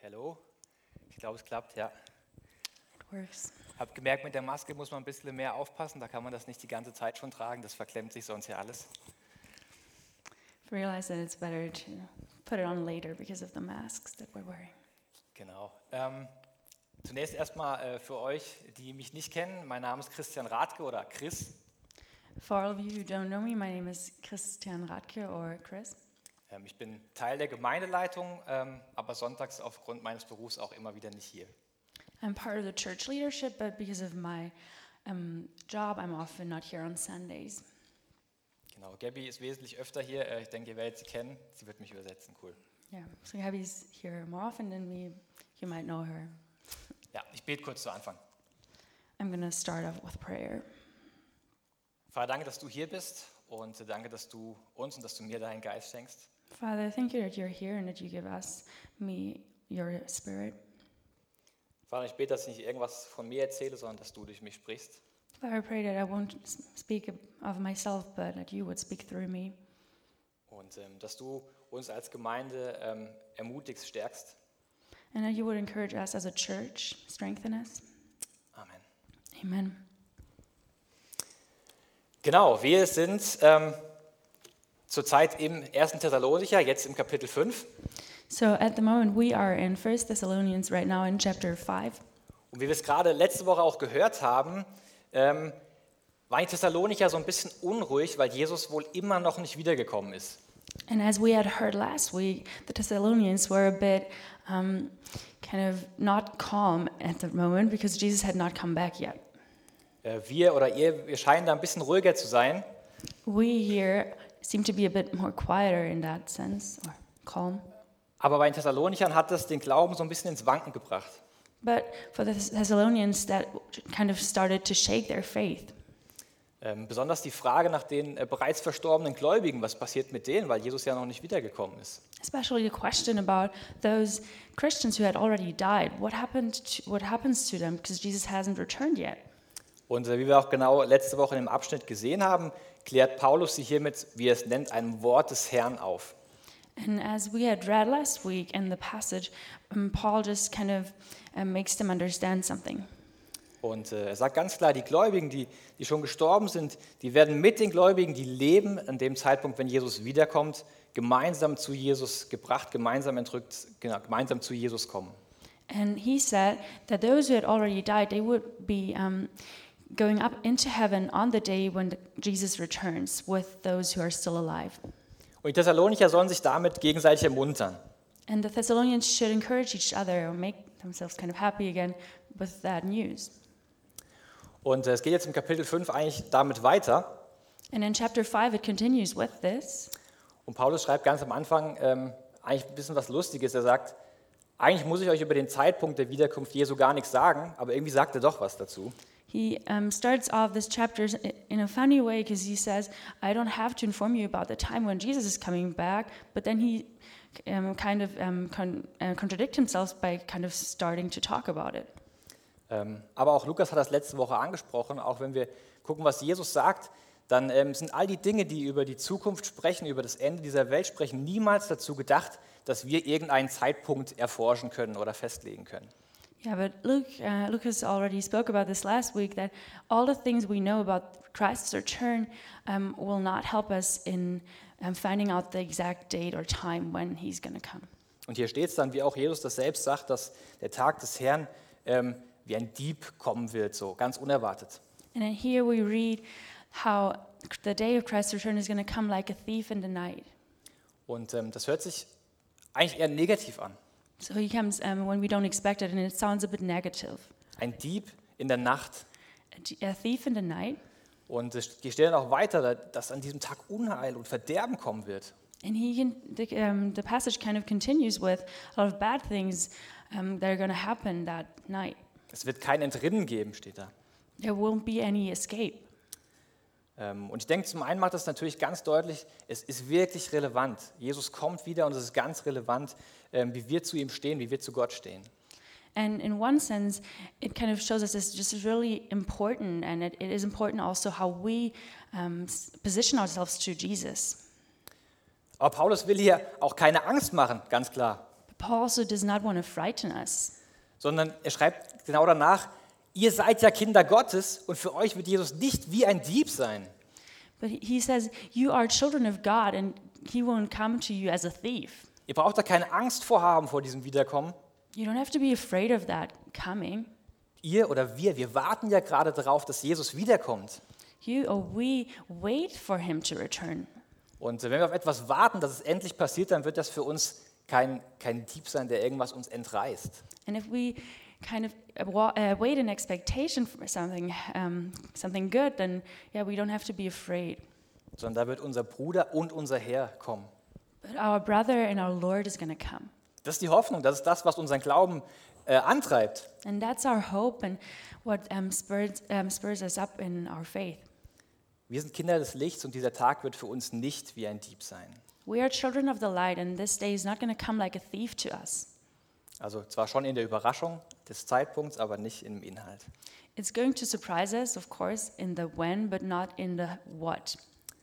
Hello. Ich glaube, es klappt, ja. It works. Hab gemerkt, mit der Maske muss man ein bisschen mehr aufpassen. Da kann man das nicht die ganze Zeit schon tragen. Das verklemmt sich sonst ja alles. Realize that it's better to put it on later because of the masks that we're wearing. Genau. Zunächst erstmal für euch, die mich nicht kennen. Mein Name ist Christian Rathke oder Chris. For all of you who don't know me, my name is Christian Rathke or Chris. Ich bin Teil der Gemeindeleitung, aber sonntags aufgrund meines Berufs auch immer wieder nicht hier. I'm part of the church leadership, but because of my job, I'm often not here on Sundays. Genau, Gabby ist wesentlich öfter hier. Ich denke, ihr werdet sie kennen. Sie wird mich übersetzen, cool. Yeah, so Gabby's here more often than me. You might know her. Ja, ich bete kurz zu Anfang. I'm going to start off with prayer. Vater, danke, dass du hier bist und danke, dass du uns und dass du mir deinen Geist schenkst. Father, thank you that you're here and that you give me, your spirit. Vater, ich bete, dass ich nicht irgendwas von mir erzähle, sondern dass du durch mich sprichst. Father, I pray that I won't speak of myself, but that you would speak through me. Und dass du uns als Gemeinde ermutigst, stärkst. And that you would encourage us as a church, strengthen us. Amen. Amen. Genau, wir sind zurzeit im 1. Thessalonicher, jetzt im Kapitel 5. So at the moment we are in 1 Thessalonians right now in chapter 5. Und wie wir es gerade letzte Woche auch gehört haben, waren die Thessalonicher so ein bisschen unruhig, weil Jesus wohl immer noch nicht wiedergekommen ist. And as we had heard last week, the Thessalonians were a bit kind of not calm at the moment because Jesus had not come back yet. Wir scheinen da ein bisschen ruhiger zu sein. We here seem to be a bit more quieter in that sense, or calm. Aber bei den Thessalonichern hat das den Glauben so ein bisschen ins Wanken gebracht. But for the Thessalonians, that kind of started to shake their faith. Besonders die Frage nach den bereits verstorbenen Gläubigen, was passiert mit denen, weil Jesus ja noch nicht wiedergekommen ist. Especially the question about those Christians who had already died. What happens to them because Jesus hasn't returned yet? Und wie wir auch genau letzte Woche im Abschnitt gesehen haben, klärt Paulus sie hiermit, wie er es nennt, einem Wort des Herrn auf. And as we had read last week in the passage, Paul just kind of makes them understand something. Und er sagt ganz klar, die Gläubigen, die schon gestorben sind, die werden mit den Gläubigen, die leben an dem Zeitpunkt, wenn Jesus wiederkommt, gemeinsam zu Jesus gebracht, gemeinsam entrückt, genau, gemeinsam zu Jesus kommen. And he said that those who had already died, they would be going up into heaven on the day when Jesus returns with those who are still alive. Und die Thessalonicher sollen sich damit gegenseitig ermuntern. And the Thessalonians should encourage each other or make themselves kind of happy again with that news. Und es geht jetzt im Kapitel 5 eigentlich damit weiter. And in chapter 5 it continues with this. Und Paulus schreibt ganz am Anfang eigentlich ein bisschen was Lustiges. Er sagt, eigentlich muss ich euch über den Zeitpunkt der Wiederkunft Jesu gar nichts sagen, aber irgendwie sagt er doch was dazu. He starts off this chapter in a funny way because he says, I don't have to inform you about the time when Jesus is coming back, but then he kind of contradicts himself by kind of starting to talk about it. Aber auch Lukas hat das letzte Woche angesprochen, auch wenn wir gucken, was Jesus sagt, dann sind all die Dinge, die über die Zukunft sprechen, über das Ende dieser Welt sprechen, niemals dazu gedacht, dass wir irgendeinen Zeitpunkt erforschen können oder festlegen können. Yeah, but Lucas already spoke about this last week, that all the things we know about Christ's return will not help us in finding out the exact date or time when he's going to come. Und hier steht es dann, wie auch Jesus das selbst sagt, dass der Tag des Herrn wie ein Dieb kommen wird, so ganz unerwartet. And then here we read how the day of Christ's return is going to come like a thief in the night. Und das hört sich eigentlich eher negativ an. So he comes when we don't expect it, and it sounds a bit negative. Ein Dieb in der Nacht. A thief in the night. Und die stellen auch weiter, dass an diesem Tag Unheil und Verderben kommen wird. And the passage kind of continues with a lot of bad things that are going to happen that night. Es wird kein Entrinnen geben, steht da. There won't be any escape. Und ich denke, zum einen macht das natürlich ganz deutlich, es ist wirklich relevant. Jesus kommt wieder und es ist ganz relevant, wie wir zu ihm stehen, wie wir zu Gott stehen. And in one sense, it kind of shows us it's just really important, and it is important also how we position ourselves to Jesus. Aber Paulus will hier auch keine Angst machen, ganz klar. Paul also does not want to frighten us. Sondern er schreibt genau danach, ihr seid ja Kinder Gottes und für euch wird Jesus nicht wie ein Dieb sein. But he says, you are children of God and he won't come to you as a thief. Ihr braucht da keine Angst vorhaben vor diesem Wiederkommen. You don't have to be afraid of that coming. Ihr oder wir warten ja gerade darauf, dass Jesus wiederkommt. You or we wait for him to return. Und wenn wir auf etwas warten, dass es endlich passiert, dann wird das für uns kein Dieb sein, der irgendwas uns entreißt. And if we kind of wait in expectation for something good, then yeah, we don't have to be afraid. Sondern da wird unser Bruder und unser Herr kommen. But our brother and our Lord is going to come. Das ist die Hoffnung, das ist das, was unseren Glauben antreibt. And that's our hope and what spurs us up in our faith. Wir sind Kinder des Lichts und dieser Tag wird für uns nicht wie ein Dieb sein. We are children of the light and this day is not going to come like a thief to us. Also zwar schon in der Überraschung des Zeitpunkts, aber nicht im Inhalt. It's going to surprise us, of course, in the when, but not in the what.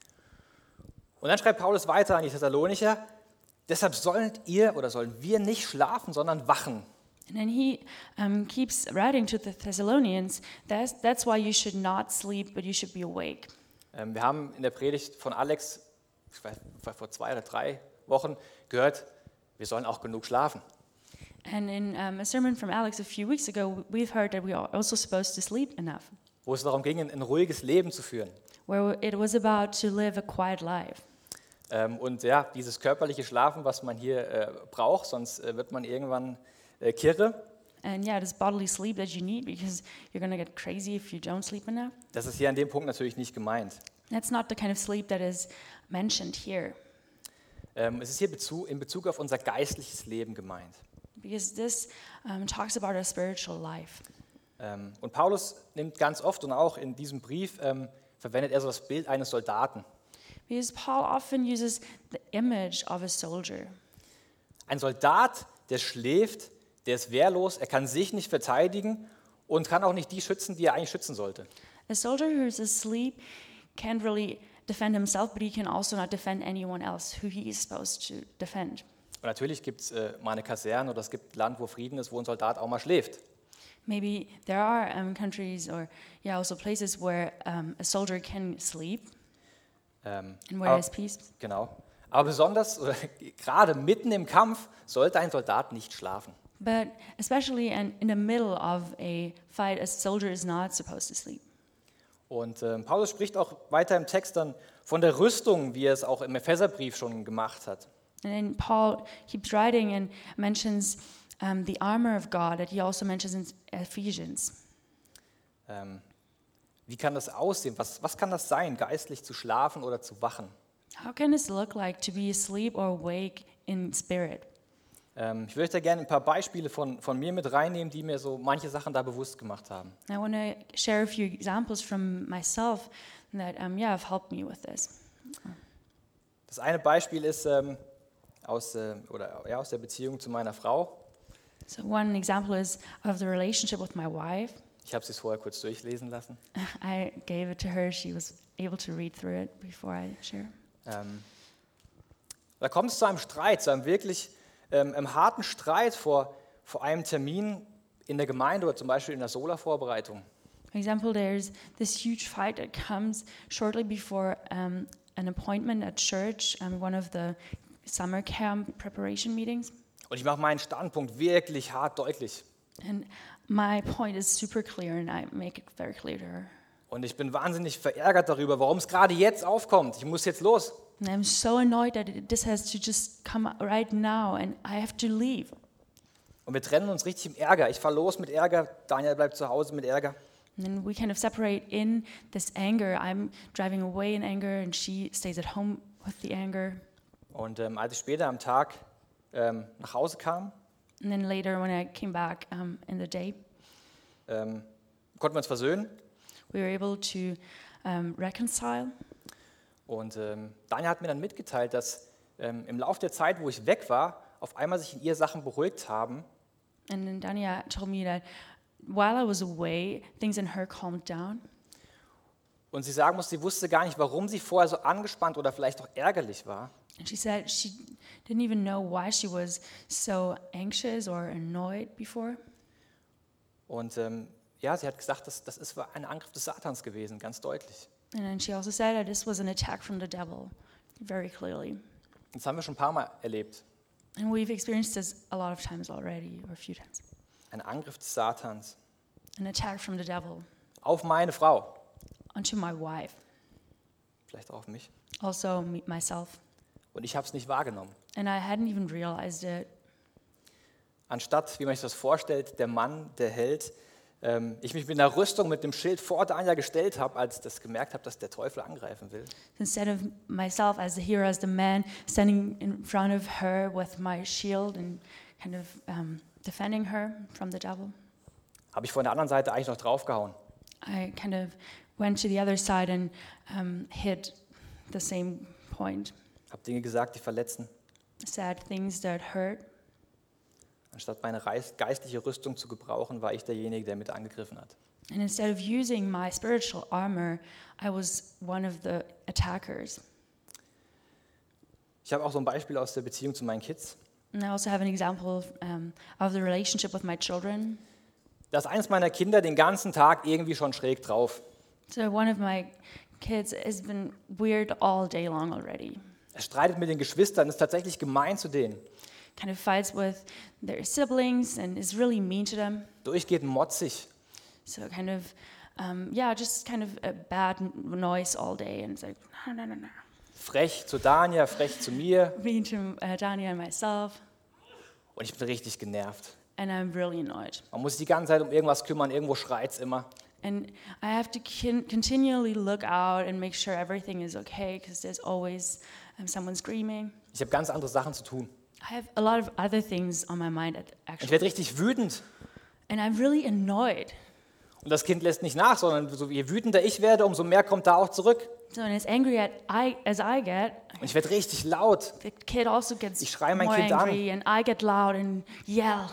Und dann schreibt Paulus weiter an die Thessalonicher, deshalb sollen wir nicht schlafen, sondern wachen. And then he keeps writing to the Thessalonians, that's why you should not sleep, but you should be awake. Wir haben in der Predigt von Alex, ich weiß, vor 2 oder 3 Wochen gehört, wir sollen auch genug schlafen. And in a sermon from Alex a few weeks ago, we've heard that we are also supposed to sleep enough, Wo es darum ging, ein ruhiges Leben zu führen. where it was about to live a quiet life. Und ja, dieses körperliche Schlafen, was man hier braucht, sonst wird man irgendwann kirre. And yeah, it is bodily sleep that you need because you're going to get crazy if you don't sleep enough. Das ist hier an dem Punkt natürlich nicht gemeint. That's not the kind of sleep that is mentioned here, Es ist hier in Bezug auf unser geistliches Leben gemeint. because this talks about our spiritual life. Und Paulus nimmt ganz oft und auch in diesem Brief verwendet er so das Bild eines Soldaten. Because Paul often uses the image of a soldier. Ein Soldat, der schläft, der ist wehrlos, er kann sich nicht verteidigen und kann auch nicht die schützen, die er eigentlich schützen sollte. A soldier who's asleep can't really defend himself, but he can also not defend anyone else who he is supposed to defend. Und natürlich gibt es mal eine Kaserne oder es gibt ein Land, wo Frieden ist, wo ein Soldat auch mal schläft. Maybe there are countries or also places where a soldier can sleep and where aber- there's peace. Genau. Aber besonders, oder gerade mitten im Kampf, sollte ein Soldat nicht schlafen. But especially in the middle of a fight, a soldier is not supposed to sleep. Und Paulus spricht auch weiter im Text dann von der Rüstung, wie er es auch im Epheserbrief schon gemacht hat. And then Paul keeps writing and mentions the armor of God that he also mentions in Ephesians. Wie kann das aussehen? Was kann das sein, geistlich zu schlafen oder zu wachen? How can this look like to be asleep or awake in spirit? Ich würde da gerne ein paar Beispiele von mir mit reinnehmen, die mir so manche Sachen da bewusst gemacht haben. I want to share a few examples from myself that have helped me with this. Das eine Beispiel ist aus der Beziehung zu meiner Frau. So one example is of the relationship with my wife. Ich habe sie es vorher kurz durchlesen lassen. I gave it to her. She was able to read through it before I share. Da kommt es zu einem Streit, zu einem wirklich einem harten Streit vor einem Termin in der Gemeinde oder zum Beispiel in der Sola-Vorbereitung. For example, there's this huge fight that comes shortly before an appointment at church, one of the summer camp preparation meetings. Und ich mache meinen Standpunkt wirklich hart deutlich. And my point is super clear and I make it very clear to her. Und ich bin wahnsinnig verärgert darüber, warum es gerade jetzt aufkommt. Ich muss jetzt los. And I'm so annoyed that this has to just come right now and I have to leave. Und wir trennen uns richtig im Ärger. Ich fahre los mit Ärger, Daniel bleibt zu Hause mit Ärger. And then we kind of separate in this anger. I'm driving away in anger and she stays at home with the anger. Und als ich später am Tag nach Hause kam, And then later when I came back in the day, konnten wir uns versöhnen. we were able to reconcile. Und Daniel hat mir dann mitgeteilt, dass im Laufe der Zeit, wo ich weg war, auf einmal sich in ihr Sachen beruhigt haben. And then Dania told me that while I was away, things in her calmed down. Und sie sagen muss, sie wusste gar nicht, warum sie vorher so angespannt oder vielleicht auch ärgerlich war. And she said she didn't even know why she was so anxious or annoyed before. Und ja, sie hat gesagt, das ist ein Angriff des Satans gewesen, ganz deutlich. And then she also said that this was an attack from the devil, very clearly. Das haben wir schon ein paar Mal erlebt. And we've experienced this a lot of times already, or a few times. Ein Angriff des Satans An attack from the devil auf meine Frau, onto my wife, vielleicht auch auf mich. also myself. Und ich habe es nicht wahrgenommen. And I hadn't even realized it. Anstatt, wie man sich das vorstellt, der Mann, der Held, ich mich mit einer Rüstung, mit dem Schild vor Dania gestellt habe, als ich das gemerkt habe, dass der Teufel angreifen will. Instead of myself as the hero, as the man standing in front of her with my shield and kind of defending her from the devil, Habe ich von der anderen Seite eigentlich noch draufgehauen. I kind of went to the other side and hit the same point. Habe Dinge gesagt, die verletzen. Said things that hurt. Anstatt meine geistliche Rüstung zu gebrauchen, war ich derjenige, der mit angegriffen hat. And instead of using my spiritual armor, I was one of the attackers. Ich habe auch so ein Beispiel aus der Beziehung zu meinen Kids. And I also have an example of the relationship with my children. Da ist eines meiner Kinder den ganzen Tag irgendwie schon schräg drauf. So one of my kids has been weird all day long already. Er streitet mit den Geschwistern, ist tatsächlich gemein zu denen. Kind of fights with their siblings and is really mean to them. Durchgeht motzig. So kind of, just kind of a bad noise all day. And it's like, no. Frech zu Dania, frech zu mir. Mean to Dania and myself. Und ich bin richtig genervt. And I'm really annoyed. Man muss sich die ganze Zeit um irgendwas kümmern, irgendwo schreit's immer. And I have to continually look out and make sure everything is okay because there's always someone screaming. Ich habe ganz andere Sachen zu tun. I have a lot of other things on my mind Ich actually. werde richtig wütend. And I'm really annoyed. Und das Kind lässt nicht nach, sondern so je wütender ich werde, umso mehr kommt da auch zurück. So and as angry as I get, Und ich werde richtig laut. the kid also gets Ich schreie mein more Kind an. angry and I get loud and yell.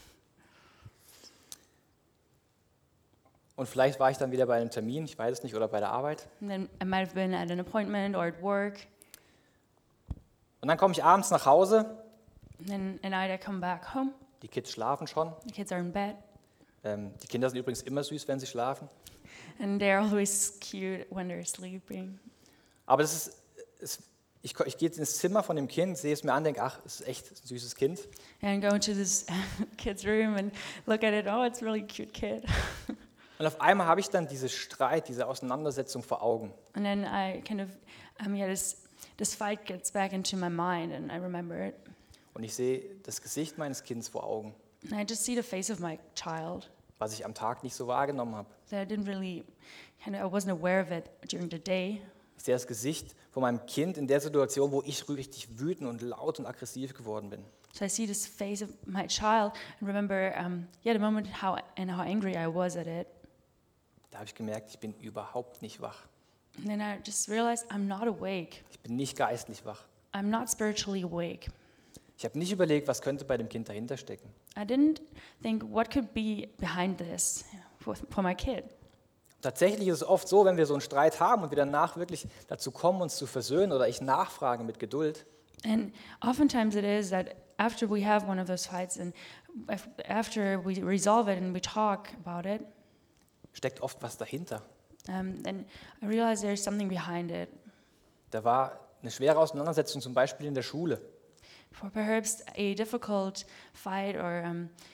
Und vielleicht war ich dann wieder bei einem Termin, ich weiß es nicht, oder bei der Arbeit. And then I might have been at an appointment or at work. Und dann komme ich abends nach Hause, And then at night I come back home. die Kids schlafen schon. The kids are in bed. Die Kinder sind übrigens immer süß, wenn sie schlafen. And they're always cute when they're sleeping. Aber ich gehe jetzt ins Zimmer von dem Kind, sehe es mir an, denke, ach, es ist echt ein süßes Kind. And go into this kid's room and look at it. Oh, it's a really cute kid. Und auf einmal habe ich dann diese Streit, diese Auseinandersetzung vor Augen. And then I kind of, this fight gets back into my mind and I remember it. Und ich sehe das Gesicht meines Kindes vor Augen, And I just see the face of my child was ich am Tag nicht so wahrgenommen habe. that I didn't really, I wasn't aware of it during the day. Ich sehe das Gesicht von meinem Kind in der Situation, wo ich richtig wütend und laut und aggressiv geworden bin. So I see this face of my child and remember, the moment how angry I was at it. Da habe ich gemerkt, ich bin überhaupt nicht wach. And then I just realized I'm not awake. Ich bin nicht geistlich wach. I'm not spiritually awake. Ich habe nicht überlegt, was könnte bei dem Kind dahinter stecken. I didn't think what could be behind this for my kid. Tatsächlich ist es oft so, wenn wir so einen Streit haben und wir danach wirklich dazu kommen, uns zu versöhnen oder ich nachfrage mit Geduld, And oftentimes it is that after we have one of those fights and after we resolve it and we talk about it, steckt oft was dahinter. then I realize there's something behind it. Da war eine schwere Auseinandersetzung zum Beispiel in der Schule. For perhaps a difficult fight or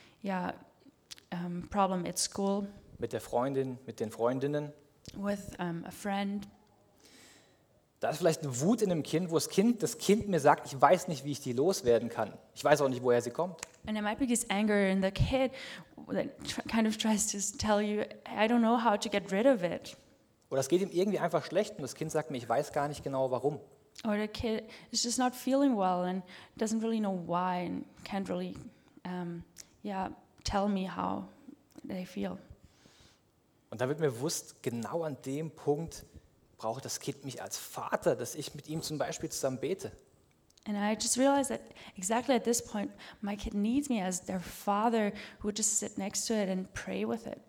problem at school Mit der Freundin, mit den Freundinnen. with a friend. Da ist vielleicht eine Wut in dem Kind, wo das Kind mir sagt, ich weiß nicht, wie ich die loswerden kann. Ich weiß auch nicht, woher sie kommt. And there might be this anger in the kid that kind of tries to tell you, I don't know how to get rid of it. Oder es geht ihm irgendwie einfach schlecht und das Kind sagt mir, ich weiß gar nicht genau, warum. Or the kid is just not feeling well and doesn't really know why and can't really, tell me how they feel. Und da wird mir bewusst, genau an dem Punkt braucht das Kind mich als Vater, dass ich mit ihm zum Beispiel zusammen bete. And I just realized that exactly at this point, my kid needs me as their father who would just sit next to it and pray with it.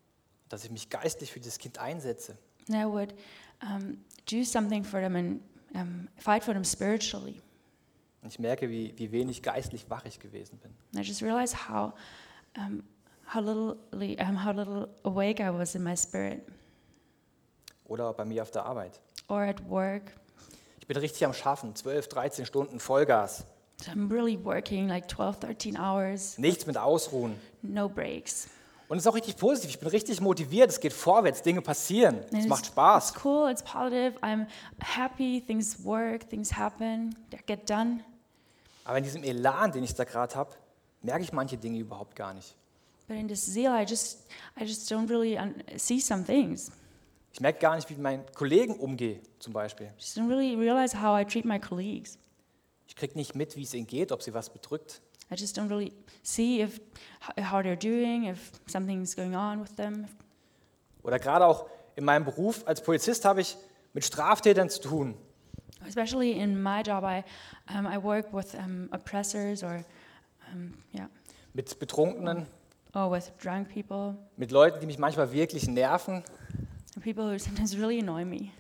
Dass ich mich geistlich für dieses Kind einsetze. And I would do something for them fight for them spiritually. Und ich merke, wie wenig geistlich wach ich gewesen bin. And I just realized how little awake I was in my spirit, Oder bei mir auf der Arbeit. or at work. Ich bin richtig am Schaffen, 12, 13 Stunden Vollgas. So I'm really working like 12, 13 hours, Nichts mit Ausruhen. no breaks. Und es ist auch richtig positiv. Ich bin richtig motiviert. Es geht vorwärts. Dinge passieren. Es And macht It's Spaß. cool, it's positive, I'm happy, things work, things happen, they get done. Aber in diesem Elan, den ich da gerade habe, merke ich manche Dinge überhaupt gar nicht. But in this zeal, I just don't really see some things. Ich merke gar nicht, wie ich mit meinen Kollegen umgehe, zum Beispiel. Just don't really realize how I treat my colleagues. Ich kriege nicht mit, wie es ihnen geht, ob sie was bedrückt. I just don't really see how they're doing, if something's going on with them. Oder gerade auch in meinem Beruf als Polizist habe ich mit Straftätern zu tun. Especially in my job, I work with oppressors or Mit Betrunkenen, with drunk people, mit Leuten, die mich manchmal wirklich nerven. and people who sometimes really annoy me.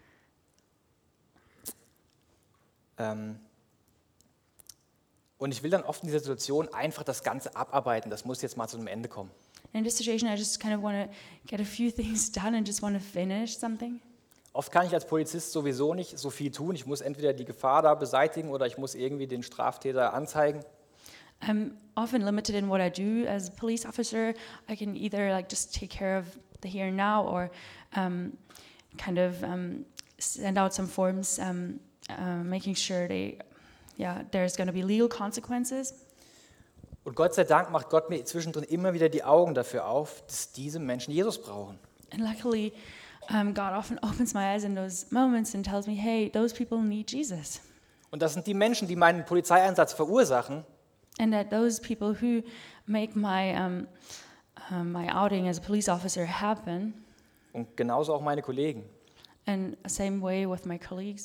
Und ich will dann oft in dieser Situation einfach das Ganze abarbeiten. Das muss jetzt mal zu einem Ende kommen. In this situation, I just kind of want to get a few things done and just want to finish something. Oft kann ich als Polizist sowieso nicht so viel tun. Ich muss entweder die Gefahr da beseitigen oder ich muss irgendwie den Straftäter anzeigen. I'm often limited in what I do as a police officer. I can either like just take care of the here and now, or send out some forms, making sure there's going to be legal consequences. Und Gott sei Dank macht Gott mir zwischendrin immer wieder die Augen dafür auf, dass diese Menschen Jesus brauchen. And luckily, God often opens my eyes in those moments and tells me, hey, those people need Jesus. Und das sind die Menschen, die meinen Polizeieinsatz verursachen. And that those people who make my outing as a police officer happen, Und genauso auch meine Kollegen. and same way with my colleagues.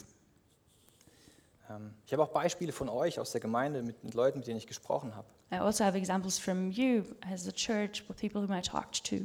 Ich habe auch Beispiele von euch aus der Gemeinde mit Leuten, mit denen ich gesprochen habe. I also have examples from you as a church with people whom I talked to.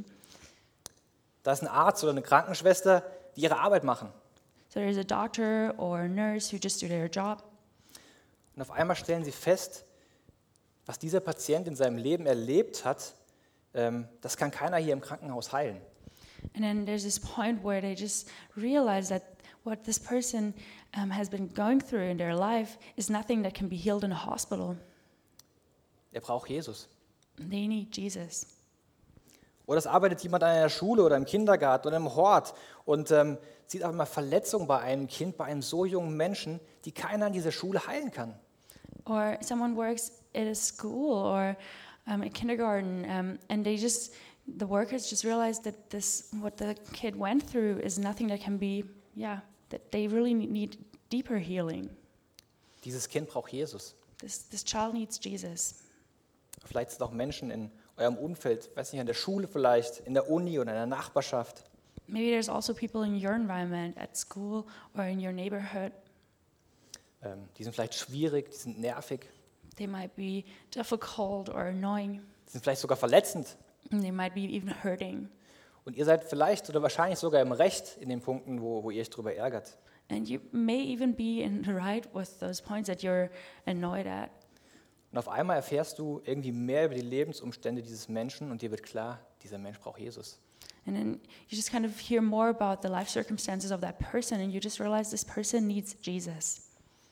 Da ist ein Arzt oder eine Krankenschwester, die ihre Arbeit machen. So there's a doctor or a nurse who just do their job, Und auf einmal stellen sie fest, was dieser Patient in seinem Leben erlebt hat, das kann keiner hier im Krankenhaus heilen. and then there's this point where they just realize that what this person has been going through in their life is nothing that can be healed in a hospital. Er braucht Jesus. They need Jesus. Oder es arbeitet jemand an einer Schule oder im Kindergarten oder im Hort und sieht aber mal Verletzungen bei einem Kind, bei einem so jungen Menschen, die keiner an dieser Schule heilen kann. Or someone works at a school or a kindergarten, and the workers just realize that what the kid went through is nothing that can be, that they really need deeper healing. Dieses Kind braucht Jesus. This child needs Jesus. Vielleicht sind auch Menschen in eurem Umfeld, weiß nicht, an der Schule vielleicht, in der Uni oder in der Nachbarschaft. Maybe there's also people in your environment, at school or in your neighborhood. Die sind vielleicht schwierig, die sind nervig, They might be difficult or annoying. die sind vielleicht sogar verletzend. And they might be even hurting. Und ihr seid vielleicht oder wahrscheinlich sogar im Recht in den Punkten, wo ihr euch darüber ärgert. And you may even be in the right with those points that you're annoyed at. Und auf einmal erfährst du irgendwie mehr über die Lebensumstände dieses Menschen und dir wird klar, dieser Mensch braucht Jesus. And then you just kind of hear more about the life circumstances of that person, and you just realize this person needs Jesus.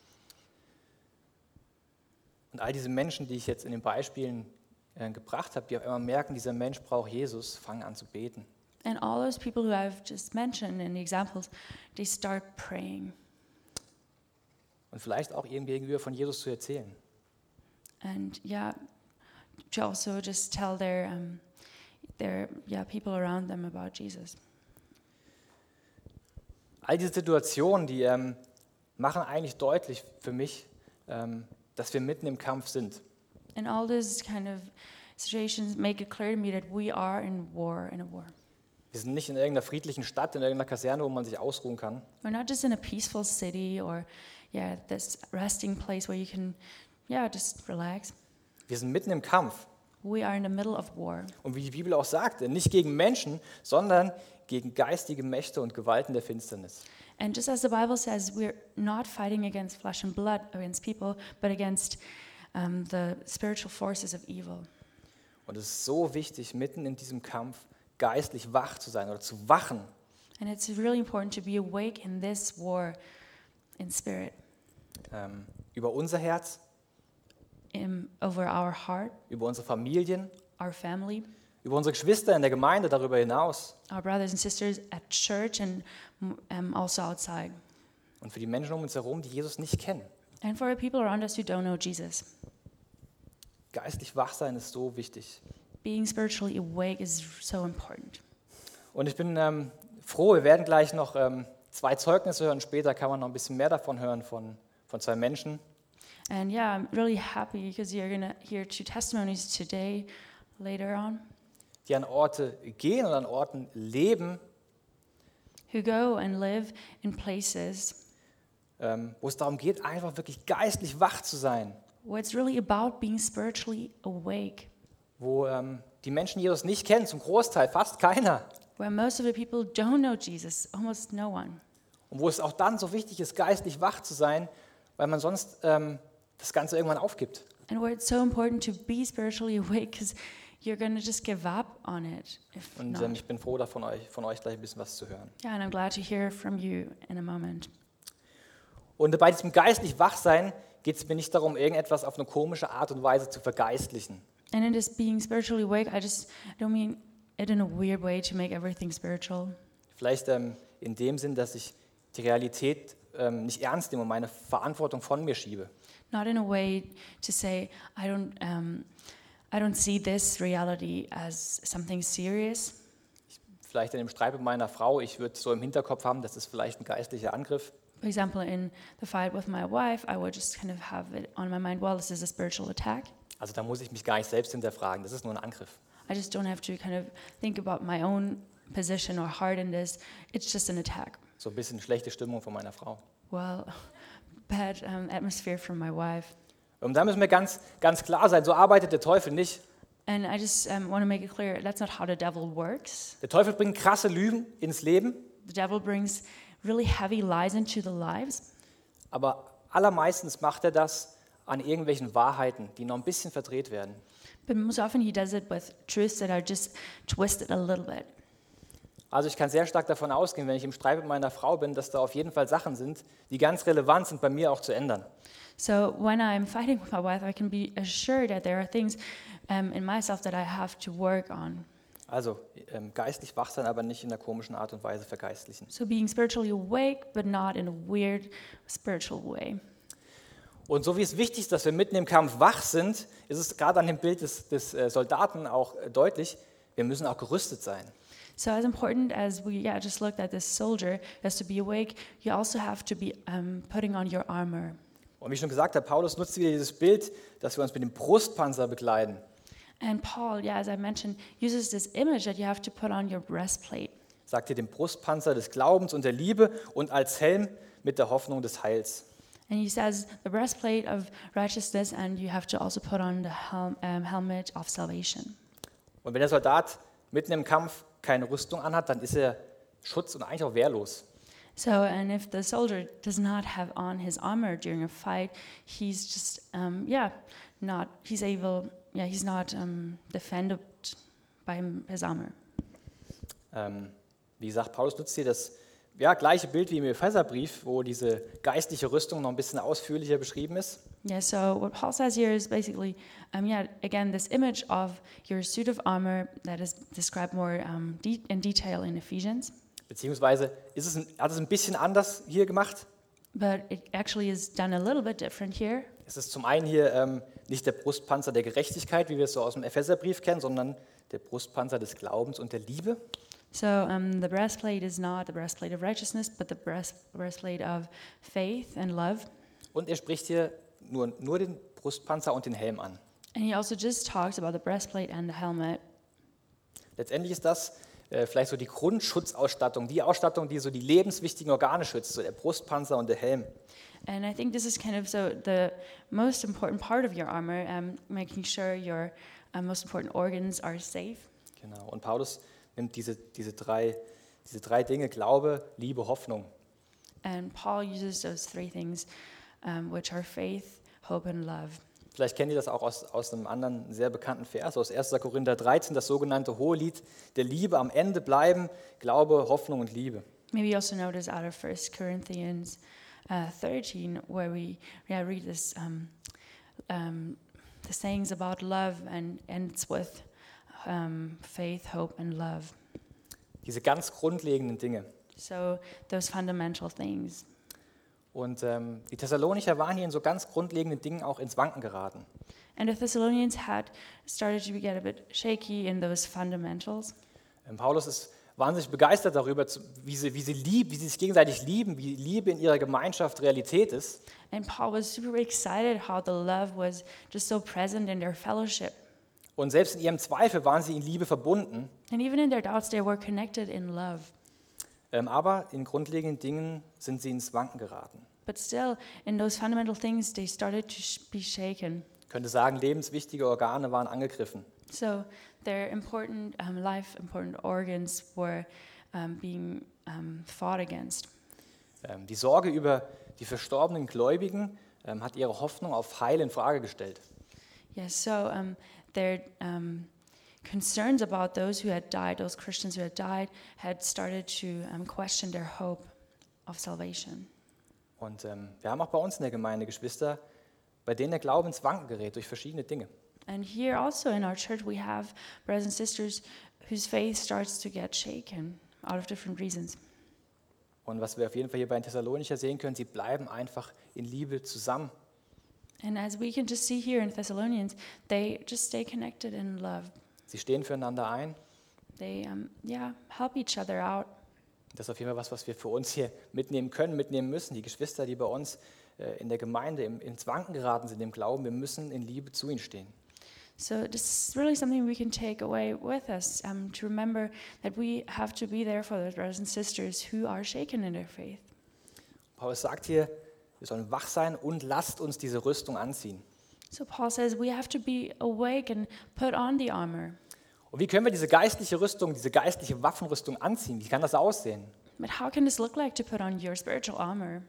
Und all diese Menschen, die ich jetzt in den Beispielen gebracht habe, die auf einmal merken, dieser Mensch braucht Jesus, fangen an zu beten. And all those people who I've just mentioned in the examples, they start praying. Und vielleicht auch ihrem Gegenüber von Jesus zu erzählen. And to also just tell their people around them about Jesus. All diese Situationen, die machen eigentlich deutlich für mich, dass wir mitten im Kampf sind. And all these kind of situations make it clear to me that we are in a war. Wir sind nicht in irgendeiner friedlichen Stadt, in irgendeiner Kaserne, wo man sich ausruhen kann. We're not just in a peaceful city or this resting place where you can just relax. Wir sind mitten im Kampf. We are in the middle of war. Und wie die Bibel auch sagt, nicht gegen Menschen, sondern gegen geistige Mächte und Gewalten der Finsternis. And just as the Bible says, we're not fighting against flesh and blood, against people, but against the spiritual forces of evil. Und es ist so wichtig, mitten in diesem Kampf geistlich wach zu sein oder zu wachen. And it's really important to be awake in this war in spirit, Über unser Herz, over our heart, über unsere Familien, our family, über unsere Geschwister in der Gemeinde, darüber hinaus. our brothers and sisters at church, and also outside. Und für die Menschen um uns herum, die Jesus nicht kennen. And for the people around us who don't know Jesus. Geistlich wach sein ist so wichtig. Being spiritually awake is so important. Und ich bin froh, wir werden gleich noch 2 Zeugnisse hören. Später kann man noch ein bisschen mehr davon hören, von 2 Menschen. And yeah, I'm really happy because you're going to hear 2 testimonies today, later on, Die an Orte gehen und an Orten leben, who go and live in places wo es darum geht, einfach wirklich geistlich wach zu sein. where it's really about being spiritually awake, Wo die Menschen Jesus nicht kennen, zum Großteil fast keiner. where most of the people don't know Jesus, almost no one. Und wo es auch dann so wichtig ist, geistlich wach zu sein, weil man sonst das Ganze irgendwann aufgibt. And where it's so important to be spiritually awake because you're going to just give up on it if Und not. ich bin froh, da von euch gleich ein bisschen was zu hören. Yeah, and I'm glad to hear from you in a moment. Und bei diesem geistlich Wachsein geht es mir nicht darum, irgendetwas auf eine komische Art und Weise zu vergeistlichen. And in this being spiritually awake, I don't mean it in a weird way to make everything spiritual. Vielleicht in dem Sinn, dass ich die Realität nicht ernst nehme und meine Verantwortung von mir schiebe. Not in a way to say I don't see this reality as something serious. Vielleicht in dem Streit mit meiner Frau, ich würde so im Hinterkopf haben, das ist vielleicht ein geistlicher Angriff. For example, in the fight with my wife, I would just kind of have it on my mind, well, this is a spiritual attack. Also da muss ich mich gar nicht selbst hinterfragen, das ist nur ein Angriff. I just don't have to kind of think about my own position or heart in this. It's just an attack. So ein bisschen schlechte Stimmung von meiner Frau. Well, bad atmosphere from my wife. Und da müssen wir ganz klar sein, so arbeitet der Teufel nicht. And I just want to make it clear, that's not how the devil works. Der Teufel bringt krasse Lügen ins Leben, The devil brings really heavy lies into the lives. aber allermeistens macht er das an irgendwelchen Wahrheiten, die noch ein bisschen verdreht werden. But most often he does it with truths that are just twisted a little bit. Also ich kann sehr stark davon ausgehen, wenn ich im Streit mit meiner Frau bin, dass da auf jeden Fall Sachen sind, die ganz relevant sind, bei mir auch zu ändern. So when I'm fighting with my wife, I can be assured that there are things in myself that I have to work on. Also geistlich wach sein, aber nicht in einer komischen Art und Weise vergeistlichen. So being spiritually awake, but not in a weird spiritual way. Und so wie es wichtig ist, dass wir mitten im Kampf wach sind, ist es gerade an dem Bild des Soldaten auch deutlich, wir müssen auch gerüstet sein. So as important as we just looked at this soldier has to be awake, you also have to be putting on your armor. Und wie ich schon gesagt habe, Paulus nutzt wieder dieses Bild, dass wir uns mit dem Brustpanzer bekleiden. And Paul, as I mentioned, uses this image that you have to put on your breastplate. Sagt hier den Brustpanzer des Glaubens und der Liebe und als Helm mit der Hoffnung des Heils. And he says the breastplate of righteousness, and you have to also put on the helmet of salvation. Und wenn der Soldat mitten im Kampf keine Rüstung anhat, dann ist er schutz- und eigentlich auch wehrlos. So, and if the soldier does not have on his armor during a fight, he's just, he's not defended by his armor. Wie gesagt, Paulus nutzt hier das gleiche Bild wie im Epheserbrief, wo diese geistliche Rüstung noch ein bisschen ausführlicher beschrieben ist. Yeah, so what Paul says here is basically, again, this image of your suit of armor that is described more in detail in Ephesians. Beziehungsweise hat es ein bisschen anders hier gemacht. But it actually is done a little bit different here. Es ist zum einen hier nicht der Brustpanzer der Gerechtigkeit, wie wir es so aus dem Epheserbrief kennen, sondern der Brustpanzer des Glaubens und der Liebe. So the breastplate is not the breastplate of righteousness, but the breastplate of faith and love. Und er spricht hier nur den Brustpanzer und den Helm an. And he also just talks about the breastplate and the helmet. Letztendlich ist das vielleicht so die Grundschutzausstattung, die Ausstattung, die so die lebenswichtigen Organe schützt, so der Brustpanzer und der Helm. And I think this is kind of so the most important part of your armor, making sure your most important organs are safe. Genau. Und Paulus nimmt diese drei Dinge, Glaube, Liebe, Hoffnung, And Paul uses those three things, which are faith, hope, and love. Vielleicht kennt ihr das auch aus einem anderen sehr bekannten Vers, aus 1. Korinther 13, das sogenannte Hohelied der Liebe. Am Ende bleiben Glaube, Hoffnung und Liebe. Maybe you also know this out of 1 Corinthians 13, where we read this, the sayings about love, and ends with faith, hope, and love. Diese ganz grundlegenden Dinge. So those fundamental things. Und die Thessalonicher waren hier in so ganz grundlegenden Dingen auch ins Wanken geraten. And the Thessalonians had started to get a bit shaky in those fundamentals. Paulus ist wahnsinnig begeistert darüber, wie sie sich gegenseitig lieben, wie Liebe in ihrer Gemeinschaft Realität ist. And Paul was super excited how the love was just so present in their fellowship. Und selbst in ihrem Zweifel waren sie in Liebe verbunden. And even in their doubts, they were connected in love. Aber in grundlegenden Dingen sind sie ins Wanken geraten. But still, in those fundamental things, they started to be shaken. Ich könnte sagen, lebenswichtige Organe waren angegriffen. So their important, important organs were being fought against. Die Sorge über die verstorbenen Gläubigen hat ihre Hoffnung auf Heil in Frage gestellt. Yes, so their concerns about those who had died, those Christians who had started to question their hope of salvation. Und wir haben auch bei uns in der Gemeinde Geschwister, bei denen der Glaube ins Wanken gerät durch verschiedene Dinge. And here also in our church we have brothers and sisters whose faith starts to get shaken out of different reasons. Und was wir auf jeden Fall hier bei den Thessalonicher sehen können, sie bleiben einfach in Liebe zusammen. And as we can just see here in Thessalonians, they just stay connected in love. Sie stehen füreinander ein. They help each other out. Das ist auf jeden Fall was wir für uns hier mitnehmen können, mitnehmen müssen. Die Geschwister, die bei uns in der Gemeinde ins Wanken geraten sind im Glauben, wir müssen in Liebe zu ihnen stehen. So this is really something we can take away with us, to remember that we have to be there for the brothers and sisters who are shaken in their faith. Paulus sagt hier, wir sollen wach sein und lasst uns diese Rüstung anziehen. So Paul says we have to be awake and put on the armor. Und wie können wir diese geistliche Rüstung, diese geistliche Waffenrüstung anziehen? Wie kann das aussehen? But how can this look like to put on your spiritual armor?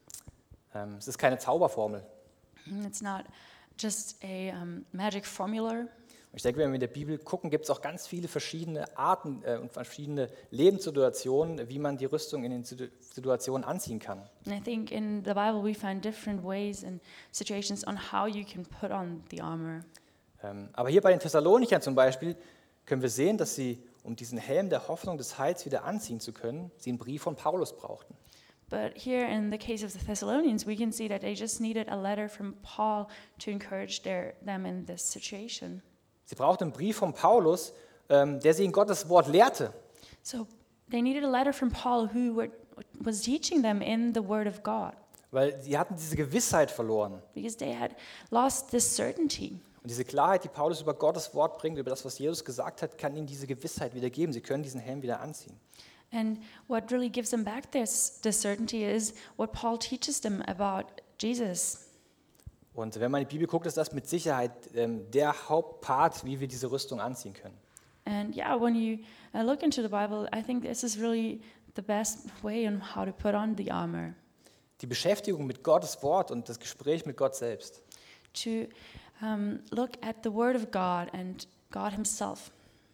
Es ist keine Zauberformel. It's not just a magic formula. Ich denke, wenn wir in der Bibel gucken, gibt es auch ganz viele verschiedene Arten und verschiedene Lebenssituationen, wie man die Rüstung in den Situationen anziehen kann. And I think in the Bible we find different ways and situations on how you can put on the armor. Aber hier bei den Thessalonichern zum Beispiel können wir sehen, dass sie, um diesen Helm der Hoffnung des Heils wieder anziehen zu können, sie einen Brief von Paulus brauchten. But here in the case of the Thessalonians, we can see that they just needed a letter from Paul to encourage them in this situation. Sie brauchten einen Brief von Paulus, der sie in Gottes Wort lehrte. So they needed a letter from Paul who was teaching them in the Word of God. Weil sie hatten diese Gewissheit verloren. Because they had lost this certainty. Und diese Klarheit, die Paulus über Gottes Wort bringt, über das, was Jesus gesagt hat, kann ihnen diese Gewissheit wieder geben. Sie können diesen Helm wieder anziehen. And what really gives them back this certainty is what Paul teaches them about Jesus. Und wenn man in die Bibel guckt, ist das mit Sicherheit der Hauptpart, wie wir diese Rüstung anziehen können. And yeah, when you look into the Bible, I think this is really the best way on how to put on the armor. Die Beschäftigung mit Gottes Wort und das Gespräch mit Gott selbst. To look at the Word of God and God Himself.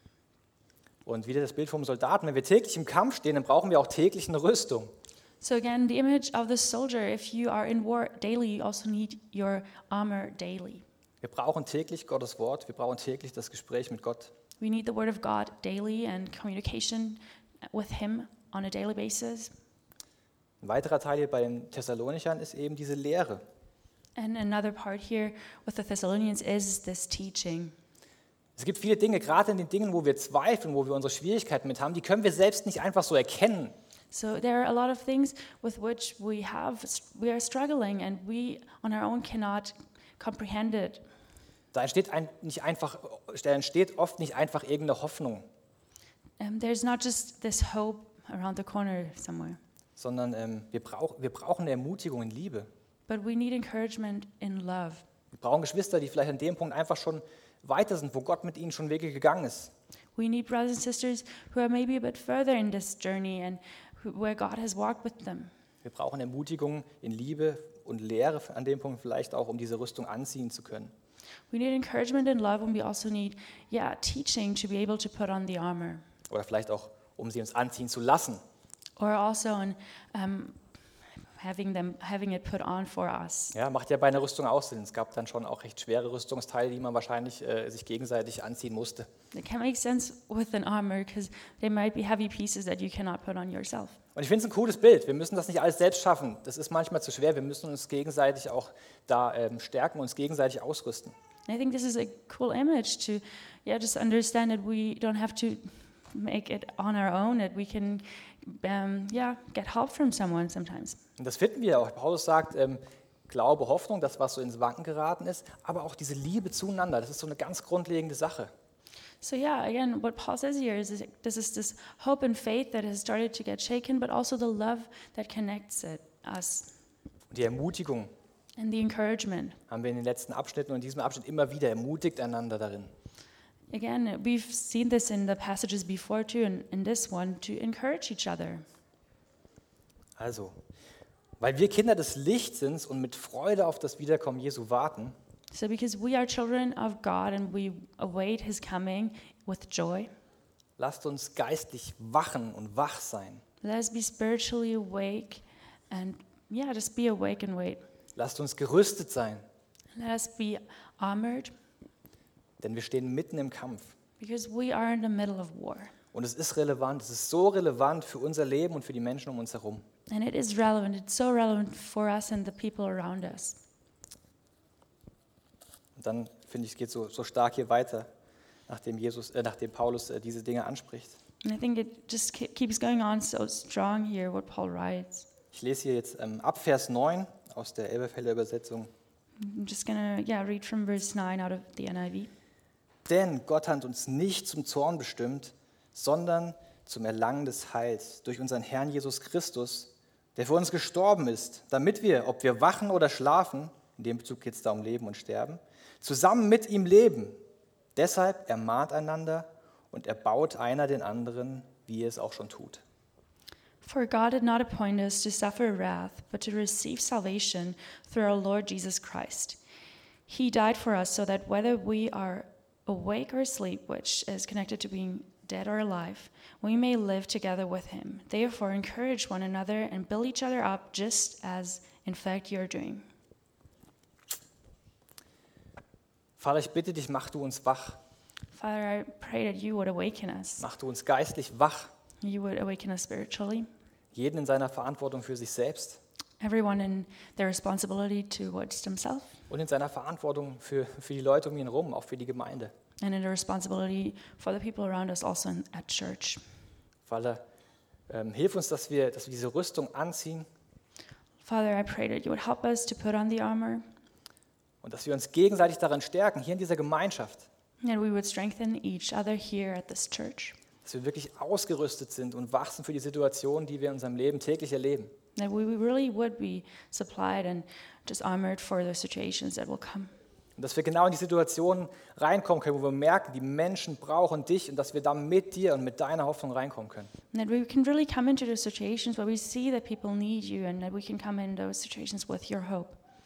Und wieder das Bild vom Soldaten. Wenn wir täglich im Kampf stehen, dann brauchen wir auch täglich eine Rüstung. So again, the image of the soldier, if you are in war daily, you also need your armor daily. Wir brauchen täglich Gottes Wort, wir brauchen täglich das Gespräch mit Gott. We need the Word of God daily and communication with Him on a daily basis. Ein weiterer Teil hier bei den Thessalonichern ist eben diese Lehre. And another part here with the Thessalonians is this teaching. Es gibt viele Dinge, gerade in den Dingen, wo wir zweifeln, wo wir unsere Schwierigkeiten mit haben, die können wir selbst nicht einfach so erkennen. So there are a lot of things with which we are struggling and we on our own cannot comprehend it. Da entsteht oft nicht einfach irgendeine Hoffnung, There's not just this hope around the corner somewhere, sondern wir brauchen eine Ermutigung in Liebe. but we need encouragement in love. Wir brauchen Geschwister, die vielleicht an dem Punkt einfach schon weiter sind, wo Gott mit ihnen schon Wege gegangen ist. We need brothers and sisters who are maybe a bit further in this journey and where God has walked with them. Wir brauchen Ermutigung in Liebe und Lehre an dem Punkt vielleicht auch, um diese Rüstung anziehen zu können. We need encouragement and love, and we also need, teaching to be able to put on the armor. Oder vielleicht auch, um sie uns anziehen zu lassen. Or also in having it put on for us. Ja, macht ja bei einer Rüstung auch Sinn. Es gab dann schon auch recht schwere Rüstungsteile, die man wahrscheinlich sich gegenseitig anziehen musste. It can make sense with an armor because there might be heavy pieces that you cannot put on yourself. Und ich finde es ein cooles Bild. Wir müssen das nicht alles selbst schaffen. Das ist manchmal zu schwer. Wir müssen uns gegenseitig auch da stärken und uns gegenseitig ausrüsten. And I think this is a cool image to, just understand that we don't have to make it on our own, that we can, get help from someone sometimes. Und das finden wir auch. Paulus sagt, Glaube, Hoffnung, das, was so ins Wanken geraten ist, aber auch diese Liebe zueinander. Das ist so eine ganz grundlegende Sache. So again, what Paul says here is this is this hope and faith that has started to get shaken, but also the love that connects us Und die Ermutigung and the encouragement. haben wir in den letzten Abschnitten und in diesem Abschnitt immer wieder ermutigt einander darin. Again, we've seen this in the passages before too, and in this one, to encourage each other. Also, weil wir Kinder des Lichts sind und mit Freude auf das Wiederkommen Jesu warten, So because we are children of God and we await his coming with joy, lasst uns geistlich wachen und wach sein. let us be spiritually awake and just be awake and wait. Lasst uns gerüstet sein, Let us be armored denn wir stehen mitten im Kampf. because we are in the middle of war. Und es ist relevant, es ist so relevant für unser Leben und für die Menschen um uns herum. And it is relevant. It's so relevant for us and the people around us. Und dann finde ich, es geht so stark hier weiter, nachdem Paulus diese Dinge anspricht. And I think it just keeps going on so strong here, what Paul writes. Ich lese hier jetzt ab Vers 9 aus der Elberfelder Übersetzung. I'm just going to read from verse 9 out of the NIV. Denn Gott hat uns nicht zum Zorn bestimmt, sondern zum Erlangen des Heils durch unseren Herrn Jesus Christus, der für uns gestorben ist, damit wir, ob wir wachen oder schlafen, in dem Bezug geht es da um Leben und Sterben, zusammen mit ihm leben. Deshalb ermahnt einander und erbaut einer den anderen, wie er es auch schon tut. For God did not appoint us to suffer wrath, but to receive salvation through our Lord Jesus Christ. He died for us so that whether we are awake or asleep, which is connected to being dead or alive, we may live together with him. Therefore, encourage one another and build each other up, just as in fact you're doing. Vater, ich bitte dich, mach du uns wach, Father, I pray that you would awaken us. mach du uns geistlich wach, You would awaken us spiritually. jeden in seiner Verantwortung für sich selbst Everyone in their responsibility towards themselves und in seiner Verantwortung für die Leute um ihn herum, auch für die Gemeinde. and in their responsibility for the people around us also at church. Vater, hilf uns, dass wir diese Rüstung anziehen Father, I pray that you would help us to put on the armor und dass wir uns gegenseitig daran stärken, hier in dieser Gemeinschaft, and we would strengthen each other here at this church. dass wir wirklich ausgerüstet sind und wach sind für die Situationen, die wir in unserem Leben täglich erleben. That we really would be supplied and just armored for the situations that will come. Und dass wir genau in die Situationen reinkommen können, wo wir merken, die Menschen brauchen dich und dass wir da mit dir und mit deiner Hoffnung reinkommen können. And that we can really come into the situations where we see that people need you and that we can come in those situations with your hope.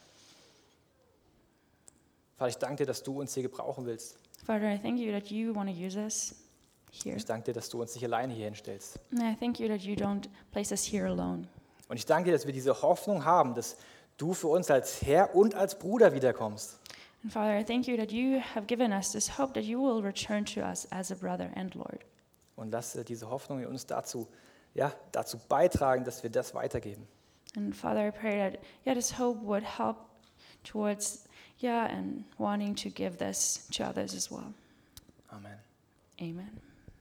Vater, ich danke dir, dass du uns hier gebrauchen willst. Father, I thank you that you want to use us here. Ich danke dir, dass du uns nicht alleine hier hinstellst. And I thank you that you don't place us here alone. Und ich danke dir, dass wir diese Hoffnung haben, dass du für uns als Herr und als Bruder wiederkommst. And Father, I thank you that you have given us this hope that you will return to us as a brother and Lord. Und lass diese Hoffnung in uns dazu beitragen, dass wir das weitergeben. And Father, I pray that this hope would help towards and wanting to give this to others as well. Amen. Amen.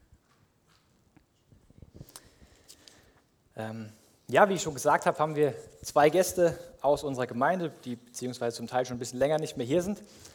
Ja, wie ich schon gesagt habe, haben wir 2 Gäste aus unserer Gemeinde, die beziehungsweise zum Teil schon ein bisschen länger nicht mehr hier sind.